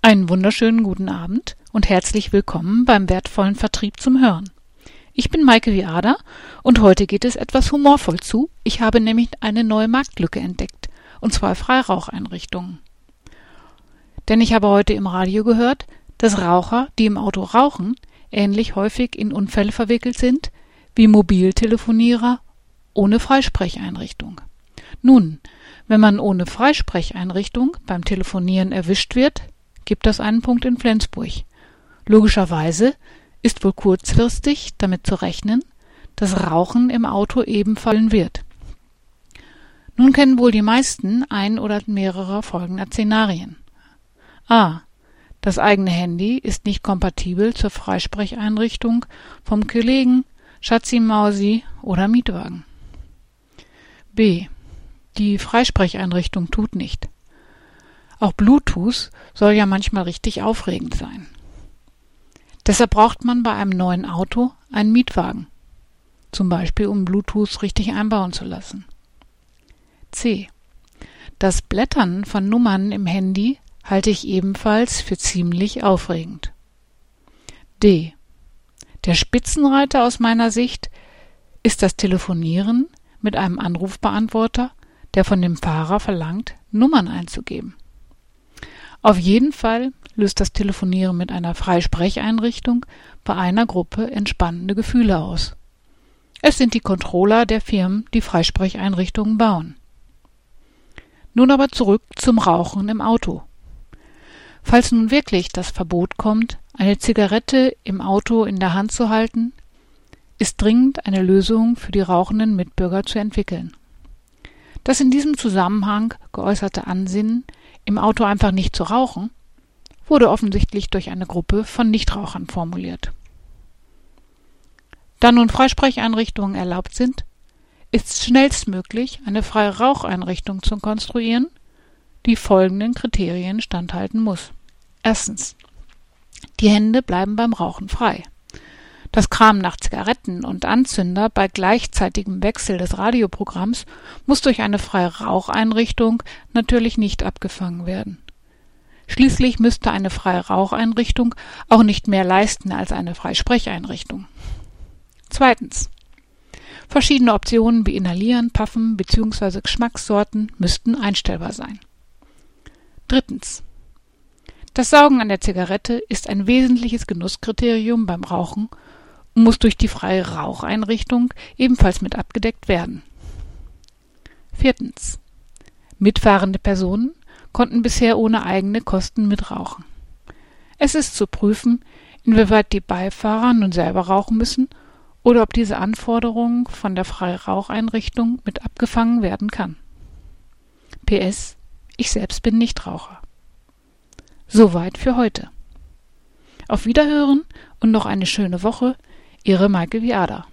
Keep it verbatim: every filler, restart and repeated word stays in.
Einen wunderschönen guten Abend und herzlich willkommen beim wertvollen Vertrieb zum Hören. Ich bin Maike Viada und heute geht es etwas humorvoll zu. Ich habe nämlich eine neue Marktlücke entdeckt, und zwar Freiraucheinrichtungen. Denn ich habe heute im Radio gehört, dass Raucher, die im Auto rauchen, ähnlich häufig in Unfälle verwickelt sind wie Mobiltelefonierer ohne Freisprecheinrichtung. Nun, wenn man ohne Freisprecheinrichtung beim Telefonieren erwischt wird, gibt das einen Punkt in Flensburg. Logischerweise ist wohl kurzfristig damit zu rechnen, dass Rauchen im Auto ebenfalls wird. Nun kennen wohl die meisten ein oder mehrere folgender Szenarien. A. Das eigene Handy ist nicht kompatibel zur Freisprecheinrichtung vom Kollegen, Schatzi Mausi oder Mietwagen. B. Die Freisprecheinrichtung tut nicht. Auch Bluetooth soll ja manchmal richtig aufregend sein. Deshalb braucht man bei einem neuen Auto einen Mietwagen, zum Beispiel um Bluetooth richtig einbauen zu lassen. C. Das Blättern von Nummern im Handy halte ich ebenfalls für ziemlich aufregend. D. Der Spitzenreiter aus meiner Sicht ist das Telefonieren mit einem Anrufbeantworter, der von dem Fahrer verlangt, Nummern einzugeben. Auf jeden Fall löst das Telefonieren mit einer Freisprecheinrichtung bei einer Gruppe entspannende Gefühle aus. Es sind die Controller der Firmen, die Freisprecheinrichtungen bauen. Nun aber zurück zum Rauchen im Auto. Falls nun wirklich das Verbot kommt, eine Zigarette im Auto in der Hand zu halten, ist dringend eine Lösung für die rauchenden Mitbürger zu entwickeln. Das in diesem Zusammenhang geäußerte Ansinnen, im Auto einfach nicht zu rauchen, wurde offensichtlich durch eine Gruppe von Nichtrauchern formuliert. Da nun Freisprecheinrichtungen erlaubt sind, ist es schnellstmöglich, eine freie Raucheinrichtung zu konstruieren, die folgenden Kriterien standhalten muss. Erstens. Die Hände bleiben beim Rauchen frei. Das Kramen nach Zigaretten und Anzünder bei gleichzeitigem Wechsel des Radioprogramms muss durch eine freie Raucheinrichtung natürlich nicht abgefangen werden. Schließlich müsste eine freie Raucheinrichtung auch nicht mehr leisten als eine Freisprecheinrichtung. Zweitens. Verschiedene Optionen wie Inhalieren, Puffen bzw. Geschmackssorten müssten einstellbar sein. Drittens. Das Saugen an der Zigarette ist ein wesentliches Genusskriterium beim Rauchen und muss durch die freie Raucheinrichtung ebenfalls mit abgedeckt werden. Viertens. Mitfahrende Personen konnten bisher ohne eigene Kosten mitrauchen. Es ist zu prüfen, inwieweit die Beifahrer nun selber rauchen müssen oder ob diese Anforderung von der freien Raucheinrichtung mit abgefangen werden kann. P S. Ich selbst bin Nichtraucher. Soweit für heute. Auf Wiederhören und noch eine schöne Woche, Ihre Maike Viada.